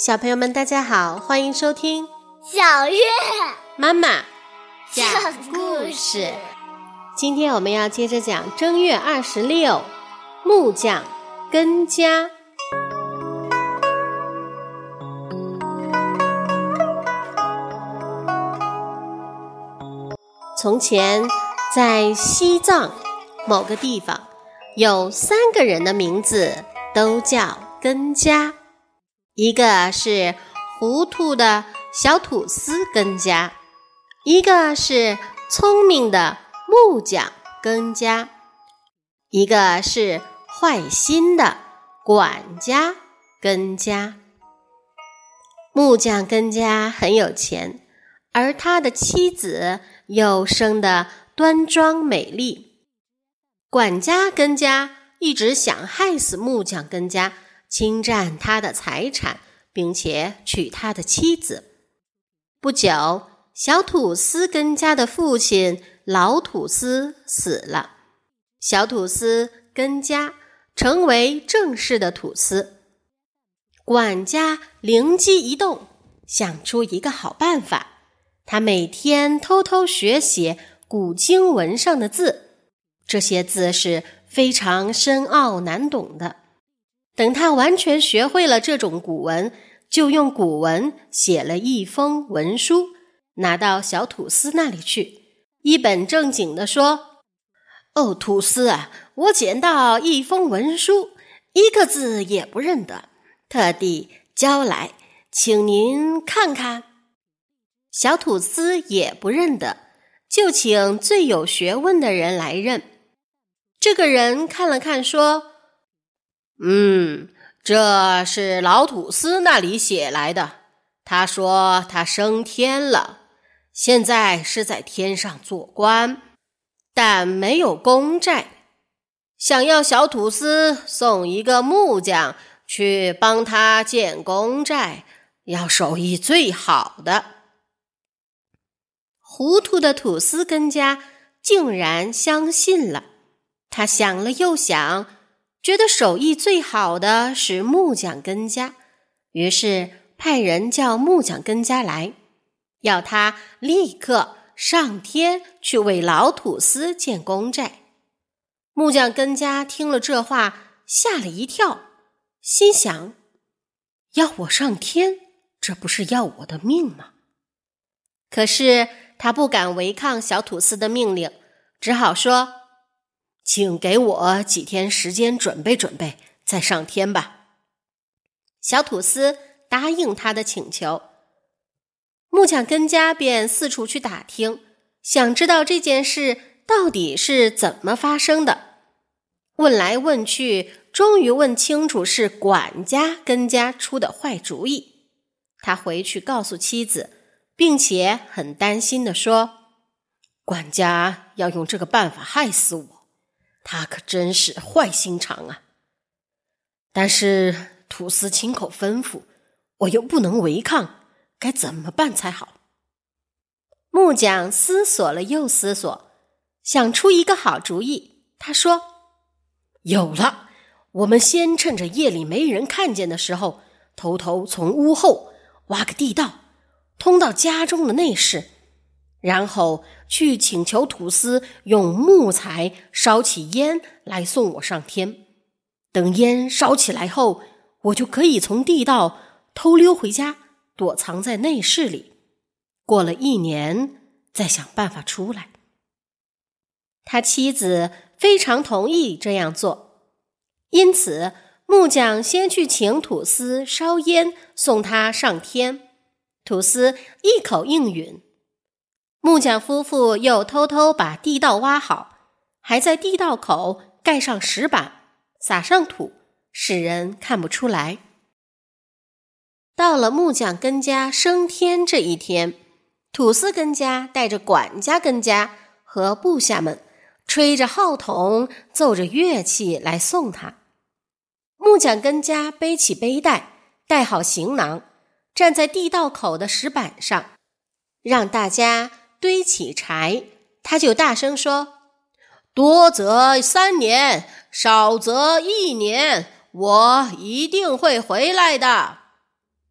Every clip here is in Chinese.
小朋友们大家好，欢迎收听小月妈妈讲故事。今天我们要接着讲正月26木匠跟家。从前在西藏某个地方，有3个人的名字都叫跟家。一个是糊涂的小吐司跟家，一个是聪明的木匠跟家，一个是坏心的管家跟家。木匠跟家很有钱，而他的妻子又生得端庄美丽。管家跟家一直想害死木匠跟家，侵占他的财产，并且娶他的妻子。不久，小吐司跟家的父亲老吐司死了，小吐司跟家成为正式的吐司。管家灵机一动，想出一个好办法。他每天偷偷学写古经文上的字，这些字是非常深奥难懂的。等他完全学会了这种古文，就用古文写了一封文书，拿到小吐司那里去，一本正经地说：“哦，吐司啊，我捡到一封文书，一个字也不认得，特地交来，请您看看。”小吐司也不认得，就请最有学问的人来认。这个人看了看说：“这是老吐司那里写来的。他说他升天了，现在是在天上做官，但没有公债，想要小吐司送一个木匠去帮他建公债，要手艺最好的。”糊涂的吐司跟家竟然相信了。他想了又想，觉得手艺最好的是木匠跟家，于是派人叫木匠跟家来，要他立刻上天去为老吐司建公债。木匠跟家听了这话，吓了一跳，心想：要我上天，这不是要我的命吗？可是他不敢违抗小吐司的命令，只好说：“请给我几天时间准备准备，再上天吧。”小吐司答应他的请求。木匠跟家便四处去打听，想知道这件事到底是怎么发生的。问来问去，终于问清楚是管家跟家出的坏主意。他回去告诉妻子，并且很担心地说：“管家要用这个办法害死我，他可真是坏心肠啊！但是吐司亲口吩咐，我又不能违抗，该怎么办才好？”木匠思索了又思索，想出一个好主意。他说：“有了，我们先趁着夜里没人看见的时候，偷偷从屋后挖个地道，通到家中的内室，然后去请求吐司用木材烧起烟来送我上天。等烟烧起来后，我就可以从地道偷溜回家，躲藏在内室里。过了1年，再想办法出来。”他妻子非常同意这样做，因此木匠先去请吐司烧烟送他上天。吐司一口应允。木匠夫妇又偷偷把地道挖好，还在地道口盖上石板，撒上土，使人看不出来。到了木匠跟家升天这一天，吐司跟家带着管家跟家和部下们吹着号筒，奏着乐器来送他。木匠跟家背起背带，带好行囊，站在地道口的石板上，让大家堆起柴。他就大声说：“多则3年，少则1年，我一定会回来的。”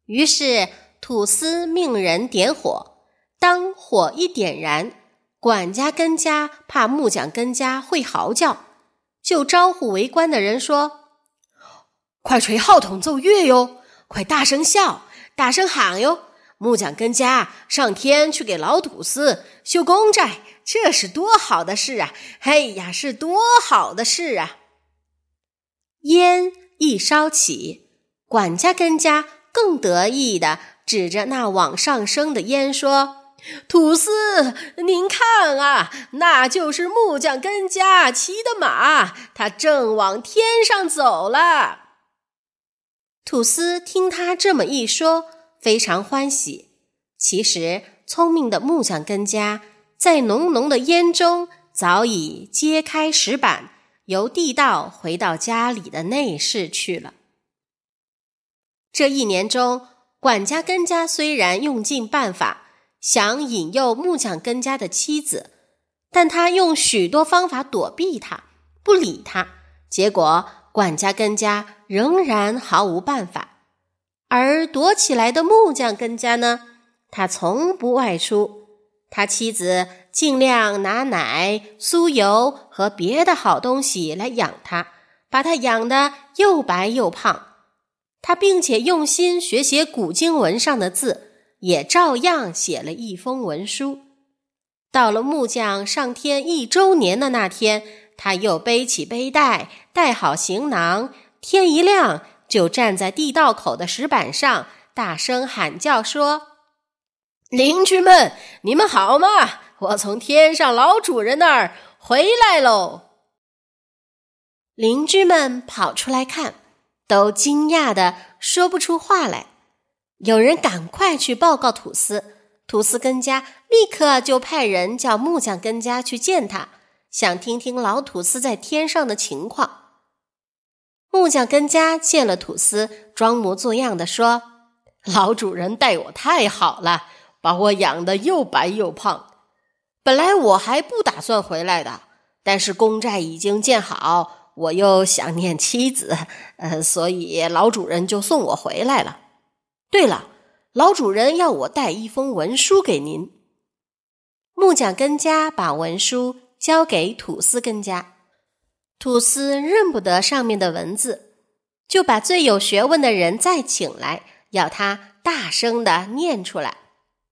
于是土司命人点火，当火一点燃，管家跟家怕木匠跟家会嚎叫，就招呼围观的人说：快吹号筒奏乐哟，快大声笑，大声喊哟，木匠跟家上天去给老土司修公债，这是多好的事啊！哎呀，是多好的事啊！烟一烧起，管家跟家更得意地指着那往上升的烟说：土司，您看啊，那就是木匠跟家骑的马，他正往天上走了。土司听他这么一说，非常欢喜。其实聪明的木匠跟家在浓浓的烟中早已揭开石板，由地道回到家里的内室去了。这一年中，管家跟家虽然用尽办法想引诱木匠跟家的妻子，但他用许多方法躲避他，不理他，结果管家跟家仍然毫无办法。而躲起来的木匠跟家呢，他从不外出，他妻子尽量拿奶、酥油和别的好东西来养他，把他养得又白又胖。他并且用心学写古经文上的字，也照样写了一封文书。到了木匠上天1周年的那天，他又背起背带，带好行囊，天一亮就站在地道口的石板上，大声喊叫说：邻居们，你们好吗？我从天上老主人那儿回来喽！邻居们跑出来看，都惊讶地说不出话来。有人赶快去报告土司，土司跟家立刻就派人叫木匠跟家去见他，想听听老土司在天上的情况。木匠跟家见了土司，装模作样地说：老主人待我太好了，把我养得又白又胖。本来我还不打算回来的，但是公债已经建好，我又想念妻子，所以老主人就送我回来了。对了，老主人要我带一封文书给您。木匠跟家把文书交给土司跟家，土司认不得上面的文字，就把最有学问的人再请来，要他大声地念出来。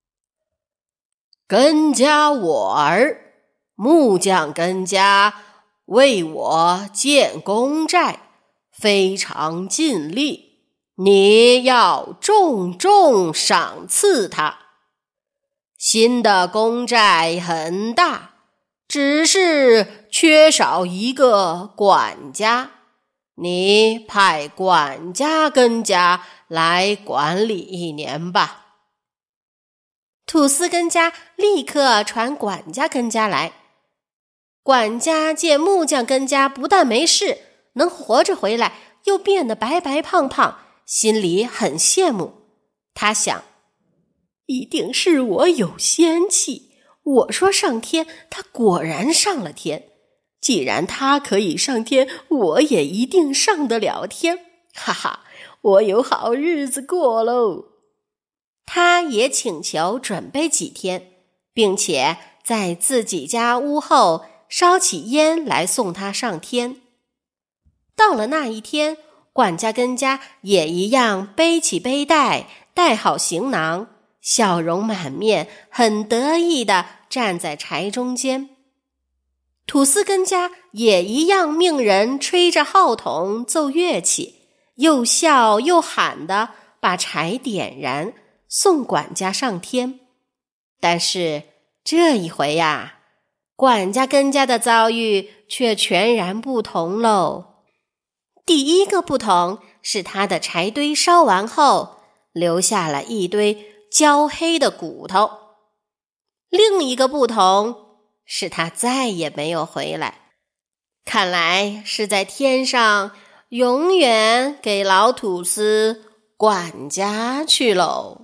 跟家我儿，木匠跟家为我建公债，非常尽力，你要重重赏赐他。新的公债很大，只是缺少一个管家，你派管家跟家来管理1年吧。土司跟家立刻传管家跟家来。管家见木匠跟家不但没事，能活着回来，又变得白白胖胖，心里很羡慕。他想，一定是我有仙气，我说上天，他果然上了天。既然他可以上天，我也一定上得了天。哈哈，我有好日子过喽。他也请求准备几天，并且在自己家屋后烧起烟来送他上天。到了那一天，管家跟家也一样背起背带，带好行囊，笑容满面，很得意地站在柴中间。土司跟家也一样命人吹着号筒奏乐器，又笑又喊地把柴点燃，送管家上天。但是这一回呀，管家跟家的遭遇却全然不同喽。第一个不同是他的柴堆烧完后，留下了一堆焦黑的骨头。另一个不同是他再也没有回来，看来是在天上永远给老土司管家去喽。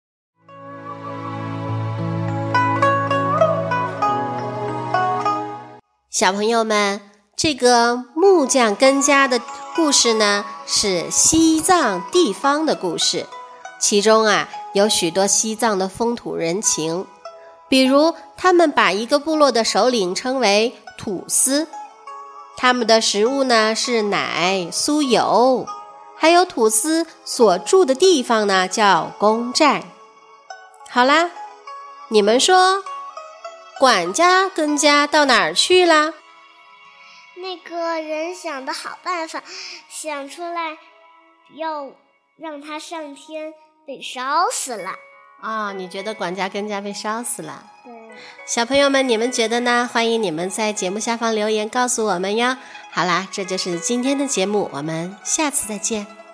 小朋友们，这个木匠跟家的故事呢，是西藏地方的故事。 其中有许多西藏的风土人情，比如他们把一个部落的首领称为土司，他们的食物呢是奶、酥油，还有土司所住的地方呢叫公寨。好啦，你们说管家跟家到哪儿去啦？ 那个人想的好办法，想出来要让他上天被烧死了。 你觉得管家跟家被烧死了？ 对。 小朋友们，你们觉得呢？欢迎你们在节目下方留言告诉我们哟。好啦，这就是今天的节目，我们下次再见。